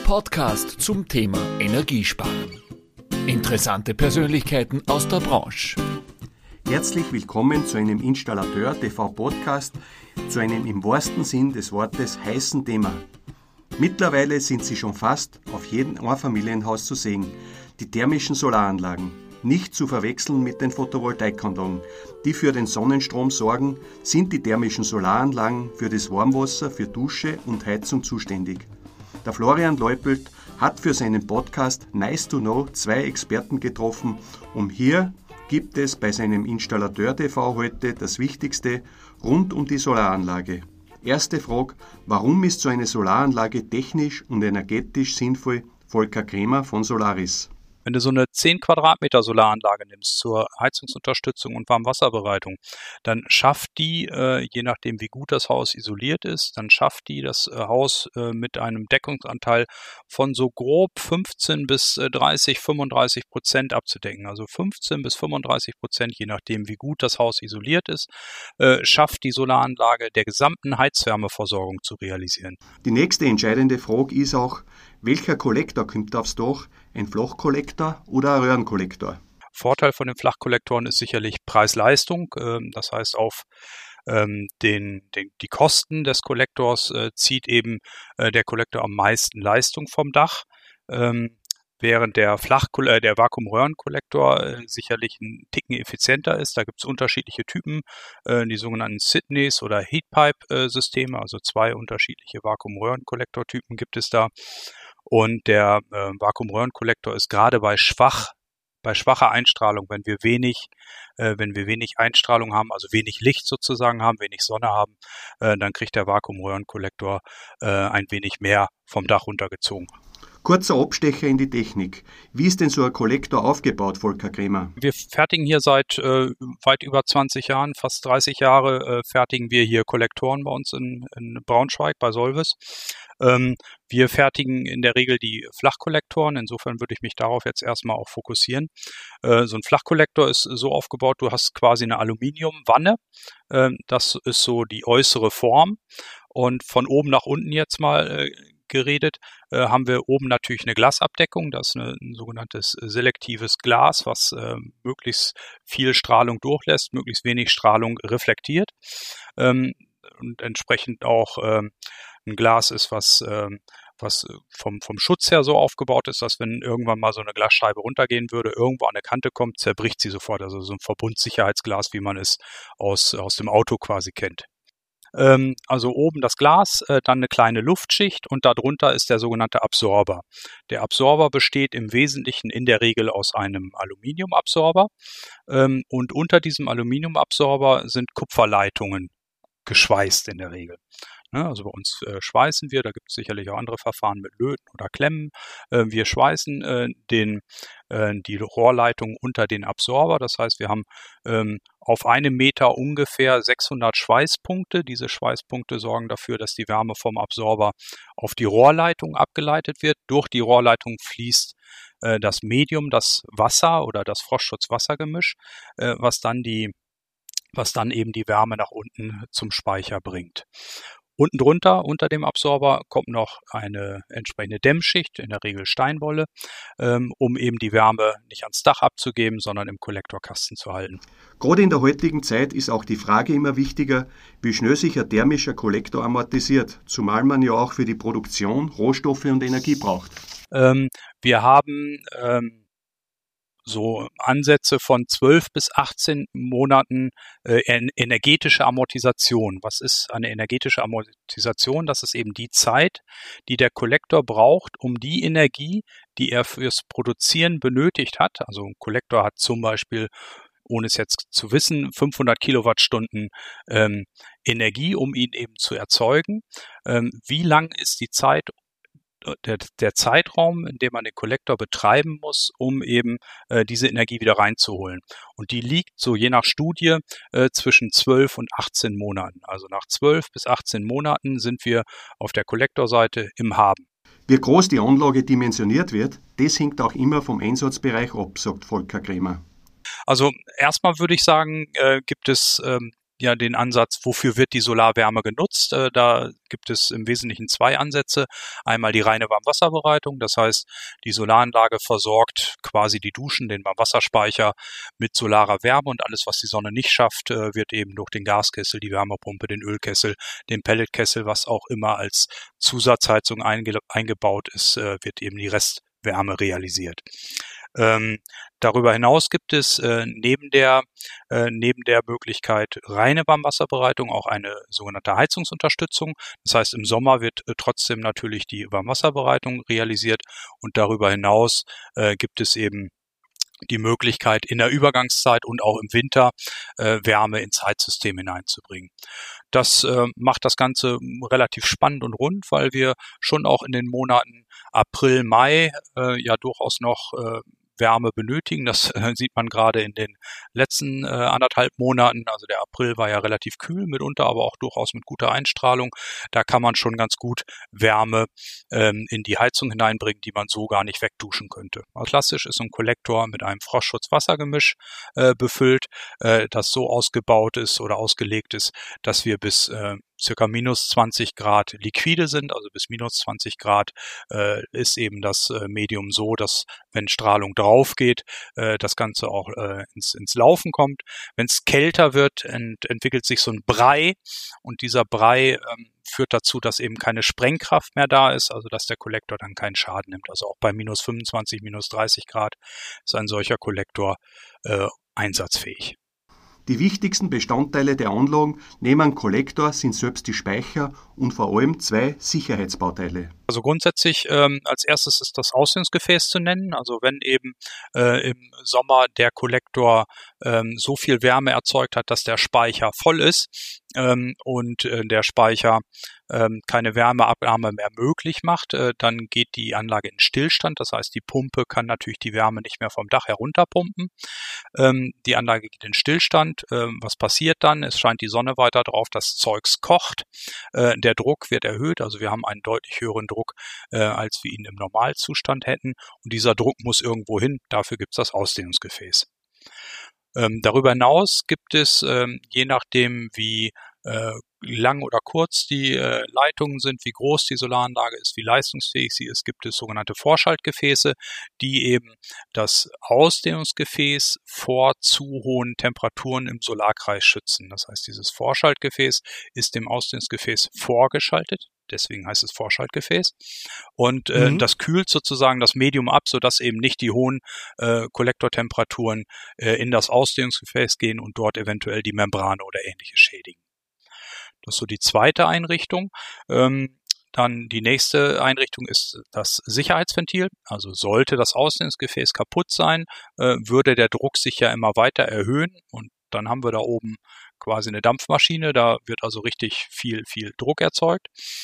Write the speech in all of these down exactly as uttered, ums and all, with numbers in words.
Podcast zum Thema Energiesparen. Interessante Persönlichkeiten aus der Branche. Herzlich willkommen zu einem Installateur-T V-Podcast, zu einem im wahrsten Sinn des Wortes heißen Thema. Mittlerweile sind sie schon fast auf jedem Einfamilienhaus zu sehen, die thermischen Solaranlagen. Nicht zu verwechseln mit den Photovoltaikanlagen, die für den Sonnenstrom sorgen, sind die thermischen Solaranlagen für das Warmwasser, für Dusche und Heizung zuständig. Der Florian Leupelt hat für seinen Podcast Nice to Know zwei Experten getroffen, um hier gibt es bei seinem Installateur-T V heute das Wichtigste rund um die Solaranlage. Erste Frage, warum ist so eine Solaranlage technisch und energetisch sinnvoll? Volker Kremer von Solaris. Wenn du so eine zehn Quadratmeter Solaranlage nimmst zur Heizungsunterstützung und Warmwasserbereitung, dann schafft die, äh, je nachdem wie gut das Haus isoliert ist, dann schafft die das äh, Haus äh, mit einem Deckungsanteil von so grob fünfzehn bis dreißig, fünfunddreißig Prozent abzudecken. Also fünfzehn bis fünfunddreißig Prozent, je nachdem wie gut das Haus isoliert ist, äh, schafft die Solaranlage der gesamten Heizwärmeversorgung zu realisieren. Die nächste entscheidende Frage ist auch, welcher Kollektor kommt aufs Dach? Ein Flachkollektor oder ein Röhrenkollektor? Vorteil von den Flachkollektoren ist sicherlich Preis-Leistung. Das heißt, auf den, den, die Kosten des Kollektors zieht eben der Kollektor am meisten Leistung vom Dach, während der, Flachkoll- der Vakuumröhrenkollektor sicherlich ein Ticken effizienter ist. Da gibt es unterschiedliche Typen, die sogenannten Sydneys oder Heatpipe-Systeme, also zwei unterschiedliche Vakuumröhrenkollektortypen gibt es da. Und der äh, Vakuumröhrenkollektor ist gerade bei schwach, bei schwacher Einstrahlung, wenn wir wenig, äh, wenn wir wenig Einstrahlung haben, also wenig Licht sozusagen haben, wenig Sonne haben, äh, dann kriegt der Vakuumröhrenkollektor äh, ein wenig mehr vom Dach runtergezogen. Kurzer Abstecher in die Technik. Wie ist denn so ein Kollektor aufgebaut, Volker Kremer? Wir fertigen hier seit äh, weit über zwanzig Jahren, fast dreißig Jahre, äh, fertigen wir hier Kollektoren bei uns in, in Braunschweig bei Solvis. Ähm, wir fertigen in der Regel die Flachkollektoren, insofern würde ich mich darauf jetzt erstmal auch fokussieren. Äh, so ein Flachkollektor ist so aufgebaut, du hast quasi eine Aluminiumwanne, äh, das ist so die äußere Form und von oben nach unten jetzt mal äh, geredet, äh, haben wir oben natürlich eine Glasabdeckung, das ist eine, ein sogenanntes selektives Glas, was äh, möglichst viel Strahlung durchlässt, möglichst wenig Strahlung reflektiert ähm, und entsprechend auch ähm, ein Glas ist, was, ähm, was vom, vom Schutz her so aufgebaut ist, dass wenn irgendwann mal so eine Glasscheibe runtergehen würde, irgendwo an eine Kante kommt, zerbricht sie sofort, also so ein Verbundsicherheitsglas, wie man es aus, aus dem Auto quasi kennt. Also oben das Glas, dann eine kleine Luftschicht und darunter ist der sogenannte Absorber. Der Absorber besteht im Wesentlichen in der Regel aus einem Aluminiumabsorber und unter diesem Aluminiumabsorber sind Kupferleitungen geschweißt in der Regel. Also bei uns äh, schweißen wir, da gibt es sicherlich auch andere Verfahren mit Löten oder Klemmen. Äh, wir schweißen äh, den, äh, die Rohrleitung unter den Absorber. Das heißt, wir haben ähm, auf einem Meter ungefähr sechshundert Schweißpunkte. Diese Schweißpunkte sorgen dafür, dass die Wärme vom Absorber auf die Rohrleitung abgeleitet wird. Durch die Rohrleitung fließt äh, das Medium, das Wasser oder das Frostschutz-Wassergemisch, äh, was dann die was dann eben die Wärme nach unten zum Speicher bringt. Unten drunter, unter dem Absorber, kommt noch eine entsprechende Dämmschicht, in der Regel Steinwolle, ähm, um eben die Wärme nicht ans Dach abzugeben, sondern im Kollektorkasten zu halten. Gerade in der heutigen Zeit ist auch die Frage immer wichtiger, wie schnell sich ein thermischer Kollektor amortisiert, zumal man ja auch für die Produktion Rohstoffe und Energie braucht. Ähm, wir haben ähm, so Ansätze von zwölf bis achtzehn Monaten äh, energetische Amortisation. Was ist eine energetische Amortisation? Das ist eben die Zeit, die der Kollektor braucht, um die Energie, die er fürs Produzieren benötigt hat. Also ein Kollektor hat zum Beispiel, ohne es jetzt zu wissen, fünfhundert Kilowattstunden ähm, Energie, um ihn eben zu erzeugen. Ähm, wie lang ist die Zeit, Der, der Zeitraum, in dem man den Kollektor betreiben muss, um eben äh, diese Energie wieder reinzuholen. Und die liegt so je nach Studie äh, zwischen zwölf und achtzehn Monaten. Also nach zwölf bis achtzehn Monaten sind wir auf der Kollektorseite im Haben. Wie groß die Anlage dimensioniert wird, das hängt auch immer vom Einsatzbereich ab, sagt Volker Kremer. Also erstmal würde ich sagen, äh, gibt es ähm, ja den Ansatz, wofür wird die Solarwärme genutzt? Äh, da gibt es im Wesentlichen zwei Ansätze. Einmal die reine Warmwasserbereitung, das heißt, die Solaranlage versorgt quasi die Duschen, den Warmwasserspeicher mit solarer Wärme und alles, was die Sonne nicht schafft, äh, wird eben durch den Gaskessel, die Wärmepumpe, den Ölkessel, den Pelletkessel, was auch immer als Zusatzheizung einge- eingebaut ist, äh, wird eben die Restwärme realisiert. Ähm, darüber hinaus gibt es äh, neben der äh, neben der Möglichkeit reine Warmwasserbereitung auch eine sogenannte Heizungsunterstützung. Das heißt, im Sommer wird äh, trotzdem natürlich die Warmwasserbereitung realisiert und darüber hinaus äh, gibt es eben die Möglichkeit, in der Übergangszeit und auch im Winter äh, Wärme ins Heizsystem hineinzubringen. Das äh, macht das Ganze relativ spannend und rund, weil wir schon auch in den Monaten April, Mai äh, ja durchaus noch äh, Wärme benötigen. Das äh, sieht man gerade in den letzten äh, anderthalb Monaten. Also der April war ja relativ kühl mitunter, aber auch durchaus mit guter Einstrahlung. Da kann man schon ganz gut Wärme ähm, in die Heizung hineinbringen, die man so gar nicht wegduschen könnte. Also klassisch ist ein Kollektor mit einem Frostschutz-Wassergemisch äh, befüllt, äh, das so ausgebaut ist oder ausgelegt ist, dass wir bis äh, circa minus zwanzig Grad liquide sind, also bis minus zwanzig Grad äh, ist eben das äh, Medium so, dass wenn Strahlung drauf geht, äh, das Ganze auch äh, ins, ins Laufen kommt. Wenn es kälter wird, ent, entwickelt sich so ein Brei und dieser Brei ähm, führt dazu, dass eben keine Sprengkraft mehr da ist, also dass der Kollektor dann keinen Schaden nimmt. Also auch bei minus fünfundzwanzig, minus dreißig Grad ist ein solcher Kollektor äh, einsatzfähig. Die wichtigsten Bestandteile der Anlagen neben einem Kollektor sind selbst die Speicher und vor allem zwei Sicherheitsbauteile. Also grundsätzlich ähm, als erstes ist das Ausdehnungsgefäß zu nennen. Also wenn eben äh, im Sommer der Kollektor ähm, so viel Wärme erzeugt hat, dass der Speicher voll ist ähm, und äh, der Speicher ähm, keine Wärmeabnahme mehr möglich macht, äh, dann geht die Anlage in Stillstand. Das heißt, die Pumpe kann natürlich die Wärme nicht mehr vom Dach herunterpumpen. Ähm, die Anlage geht in Stillstand. Ähm, was passiert dann? Es scheint die Sonne weiter drauf, das Zeugs kocht. Äh, der Druck wird erhöht. Also wir haben einen deutlich höheren Druck, äh, als wir ihn im Normalzustand hätten. Und dieser Druck muss irgendwo hin. Dafür gibt es das Ausdehnungsgefäß. Ähm, darüber hinaus gibt es, ähm, je nachdem wie äh, lang oder kurz die äh, Leitungen sind, wie groß die Solaranlage ist, wie leistungsfähig sie ist, gibt es sogenannte Vorschaltgefäße, die eben das Ausdehnungsgefäß vor zu hohen Temperaturen im Solarkreis schützen. Das heißt, dieses Vorschaltgefäß ist dem Ausdehnungsgefäß vorgeschaltet. Deswegen heißt es Vorschaltgefäß. Und äh, mhm. das kühlt sozusagen das Medium ab, sodass eben nicht die hohen äh, Kollektortemperaturen äh, in das Ausdehnungsgefäß gehen und dort eventuell die Membrane oder ähnliches schädigen. Das ist so die zweite Einrichtung. Ähm, dann die nächste Einrichtung ist das Sicherheitsventil. Also sollte das Ausdehnungsgefäß kaputt sein, äh, würde der Druck sich ja immer weiter erhöhen und dann haben wir da oben quasi eine Dampfmaschine, da wird also richtig viel, viel Druck erzeugt.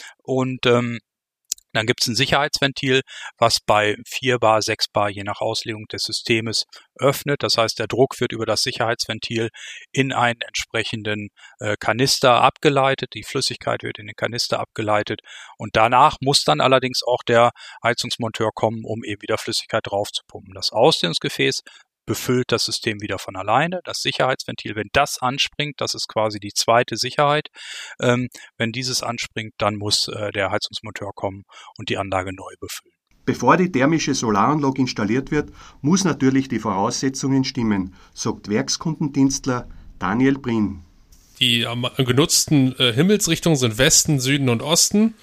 Und ähm, dann gibt es ein Sicherheitsventil, was bei vier Bar, sechs Bar je nach Auslegung des Systems öffnet. Das heißt, der Druck wird über das Sicherheitsventil in einen entsprechenden äh, Kanister abgeleitet. Die Flüssigkeit wird in den Kanister abgeleitet. Und danach muss dann allerdings auch der Heizungsmonteur kommen, um eben wieder Flüssigkeit drauf zu pumpen. Das Ausdehnungsgefäß befüllt das System wieder von alleine. Das Sicherheitsventil, wenn das anspringt, das ist quasi die zweite Sicherheit. Ähm, wenn dieses anspringt, dann muss äh, der Heizungsmonteur kommen und die Anlage neu befüllen. Bevor die thermische Solaranlage installiert wird, muss natürlich die Voraussetzungen stimmen, sagt Werkskundendienstler Daniel Brien. Die am genutzten äh, Himmelsrichtungen sind Westen, Süden und Osten.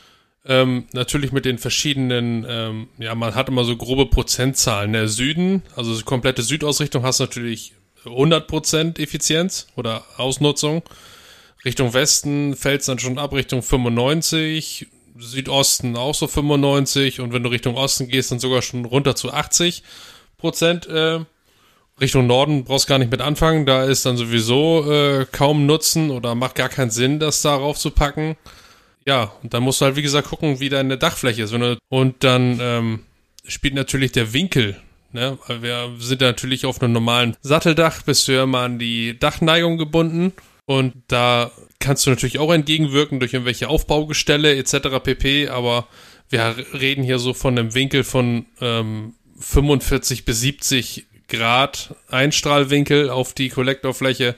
Ähm, natürlich mit den verschiedenen, ähm, ja, man hat immer so grobe Prozentzahlen. Der Süden, also die komplette Südausrichtung, hast natürlich hundert Prozent Effizienz oder Ausnutzung. Richtung Westen fällt es dann schon ab, Richtung fünfundneunzig, Südosten auch so fünfundneunzig und wenn du Richtung Osten gehst, dann sogar schon runter zu achtzig Prozent. Äh, Richtung Norden brauchst du gar nicht mit anfangen, da ist dann sowieso äh, kaum Nutzen oder macht gar keinen Sinn, das darauf zu packen. Ja, und dann musst du halt, wie gesagt, gucken, wie deine Dachfläche ist. Wenn du, und dann ähm, spielt natürlich der Winkel. Ne? Wir sind ja natürlich auf einem normalen Satteldach, bist du ja immer an die Dachneigung gebunden. Und da kannst du natürlich auch entgegenwirken durch irgendwelche Aufbaugestelle et cetera pp. Aber wir reden hier so von einem Winkel von ähm, fünfundvierzig bis siebzig Grad Einstrahlwinkel auf die Kollektorfläche.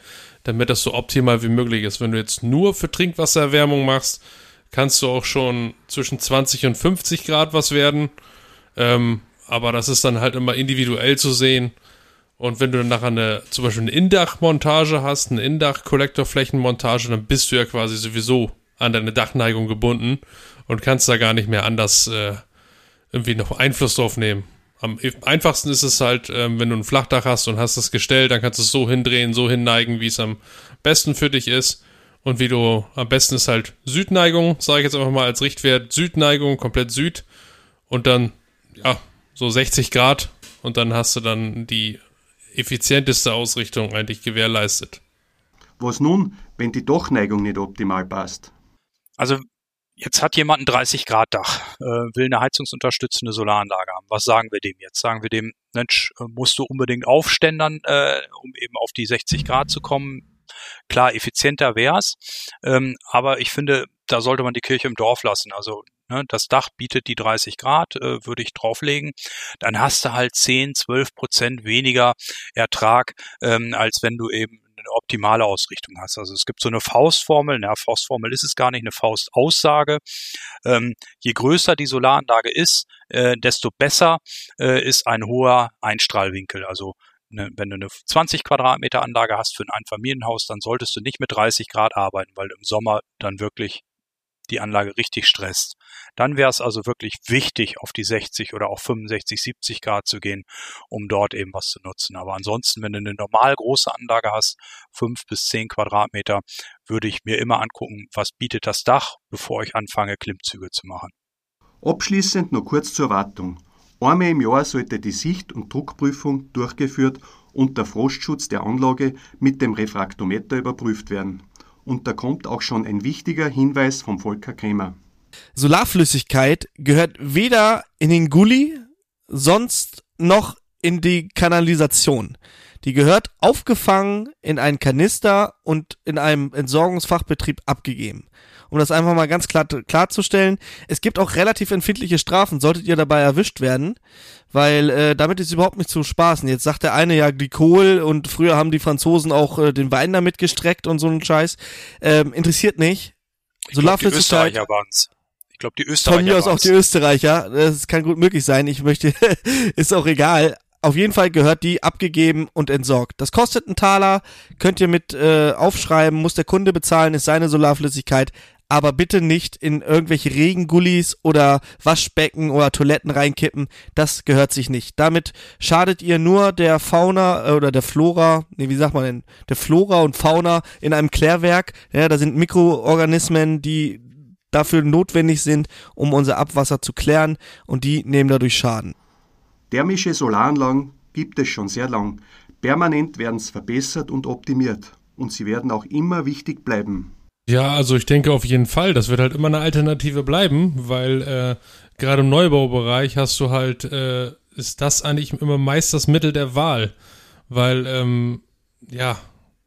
damit das so optimal wie möglich ist. Wenn du jetzt nur für Trinkwassererwärmung machst, kannst du auch schon zwischen zwanzig und fünfzig Grad was werden. Ähm, aber das ist dann halt immer individuell zu sehen. Und wenn du dann nachher eine, zum Beispiel eine Indachmontage hast, eine Indach-Kollektorflächenmontage, dann bist du ja quasi sowieso an deine Dachneigung gebunden und kannst da gar nicht mehr anders äh, irgendwie noch Einfluss drauf nehmen. Am einfachsten ist es halt, ähm, wenn du ein Flachdach hast und hast das Gestell, dann kannst du es so hindrehen, so hinneigen, wie es am besten für dich ist. Und wie du, am besten ist halt Südneigung, sage ich jetzt einfach mal als Richtwert, Südneigung, komplett Süd. Und dann, ja, so sechzig Grad. Und dann hast du dann die effizienteste Ausrichtung eigentlich gewährleistet. Was nun, wenn die Dachneigung nicht optimal passt? Also jetzt hat jemand ein dreißig Grad Dach, äh, will eine heizungsunterstützende Solaranlage haben. Was sagen wir dem jetzt? Sagen wir dem, Mensch, musst du unbedingt aufständern, äh, um eben auf die sechzig Grad zu kommen? Klar, effizienter wär's, ähm, aber ich finde, da sollte man die Kirche im Dorf lassen. Also ne, das Dach bietet die dreißig Grad, äh, würde ich drauflegen. Dann hast du halt zehn, zwölf Prozent weniger Ertrag, ähm, als wenn du eben eine optimale Ausrichtung hast. Also es gibt so eine Faustformel, na, Faustformel ist es gar nicht, eine Faustaussage. Ähm, je größer die Solaranlage ist, äh, desto besser äh, ist ein hoher Einstrahlwinkel. Also Ne, wenn du eine zwanzig Quadratmeter Anlage hast für ein Einfamilienhaus, dann solltest du nicht mit dreißig Grad arbeiten, weil im Sommer dann wirklich die Anlage richtig stresst. Dann wäre es also wirklich wichtig, auf die sechzig oder auch fünfundsechzig, siebzig Grad zu gehen, um dort eben was zu nutzen. Aber ansonsten, wenn du eine normal große Anlage hast, fünf bis zehn Quadratmeter, würde ich mir immer angucken, was bietet das Dach, bevor ich anfange, Klimmzüge zu machen. Abschließend noch kurz zur Wartung. Einmal im Jahr sollte die Sicht- und Druckprüfung durchgeführt und der Frostschutz der Anlage mit dem Refraktometer überprüft werden. Und da kommt auch schon ein wichtiger Hinweis vom Volker Krämer. Solarflüssigkeit gehört weder in den Gully, sonst noch in die Kanalisation. Die gehört aufgefangen in einen Kanister und in einem Entsorgungsfachbetrieb abgegeben. Um das einfach mal ganz klar klarzustellen, es gibt auch relativ empfindliche Strafen, solltet ihr dabei erwischt werden, weil äh, damit ist überhaupt nicht zu spaßen. Jetzt sagt der eine ja Glykol und früher haben die Franzosen auch äh, den Wein damit gestreckt und so einen Scheiß. Ähm, interessiert nicht. Solarflüssigkeit. Ich glaube, die Österreicher waren's. Ich glaube, die Österreicher Von mir aus auch die Österreicher. Das kann gut möglich sein. Ich möchte, ist auch egal. Auf jeden Fall gehört die abgegeben und entsorgt. Das kostet einen Taler, könnt ihr mit äh, aufschreiben, muss der Kunde bezahlen, ist seine Solarflüssigkeit, aber bitte nicht in irgendwelche Regengullis oder Waschbecken oder Toiletten reinkippen, das gehört sich nicht. Damit schadet ihr nur der Fauna äh, oder der Flora, nee, wie sagt man denn, der Flora und Fauna in einem Klärwerk. Ja, da sind Mikroorganismen, die dafür notwendig sind, um unser Abwasser zu klären, und die nehmen dadurch Schaden. Thermische Solaranlagen gibt es schon sehr lang. Permanent werden sie verbessert und optimiert. Und sie werden auch immer wichtig bleiben. Ja, also ich denke auf jeden Fall, das wird halt immer eine Alternative bleiben, weil äh, gerade im Neubaubereich hast du halt, äh, ist das eigentlich immer meist das Mittel der Wahl. Weil, ähm, ja,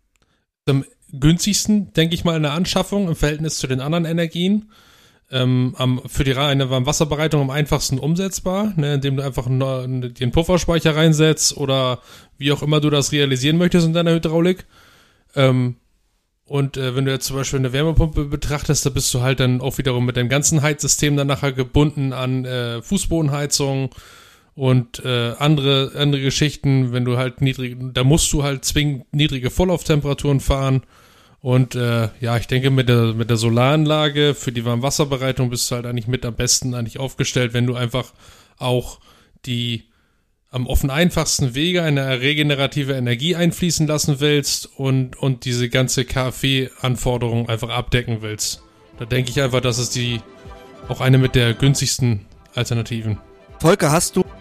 am günstigsten, denke ich mal, in der Anschaffung im Verhältnis zu den anderen Energien. Ähm, am, für die reine Warmwasserbereitung am einfachsten umsetzbar, ne, indem du einfach einen, den Pufferspeicher reinsetzt oder wie auch immer du das realisieren möchtest in deiner Hydraulik. Ähm, und äh, wenn du jetzt zum Beispiel eine Wärmepumpe betrachtest, da bist du halt dann auch wiederum mit deinem ganzen Heizsystem dann nachher gebunden an äh, Fußbodenheizung und äh, andere andere Geschichten. Wenn du halt niedrig, da musst du halt zwingend niedrige Vorlauftemperaturen fahren. Und äh, ja, ich denke, mit der mit der Solaranlage für die Warmwasserbereitung bist du halt eigentlich mit am besten eigentlich aufgestellt, wenn du einfach auch die am offen einfachsten Wege eine regenerative Energie einfließen lassen willst und und diese ganze K f W-Anforderung einfach abdecken willst. Da denke ich einfach, das ist die auch eine mit der günstigsten Alternativen. Volker, hast du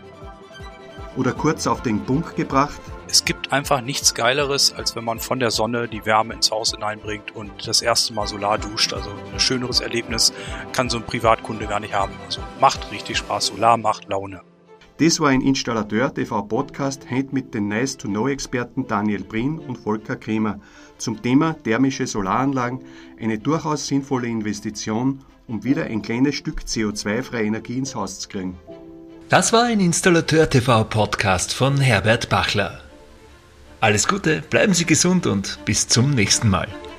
oder kurz auf den Punkt gebracht? Es gibt einfach nichts Geileres, als wenn man von der Sonne die Wärme ins Haus hineinbringt und das erste Mal Solar duscht. Also ein schöneres Erlebnis kann so ein Privatkunde gar nicht haben. Also macht richtig Spaß. Solar macht Laune. Das war ein Installateur T V-Podcast, heute mit den Nice-to-Know-Experten Daniel Brien und Volker Krämer zum Thema thermische Solaranlagen, eine durchaus sinnvolle Investition, um wieder ein kleines Stück C O zwei freie Energie ins Haus zu kriegen. Das war ein Installateur T V-Podcast von Herbert Bachler. Alles Gute, bleiben Sie gesund und bis zum nächsten Mal.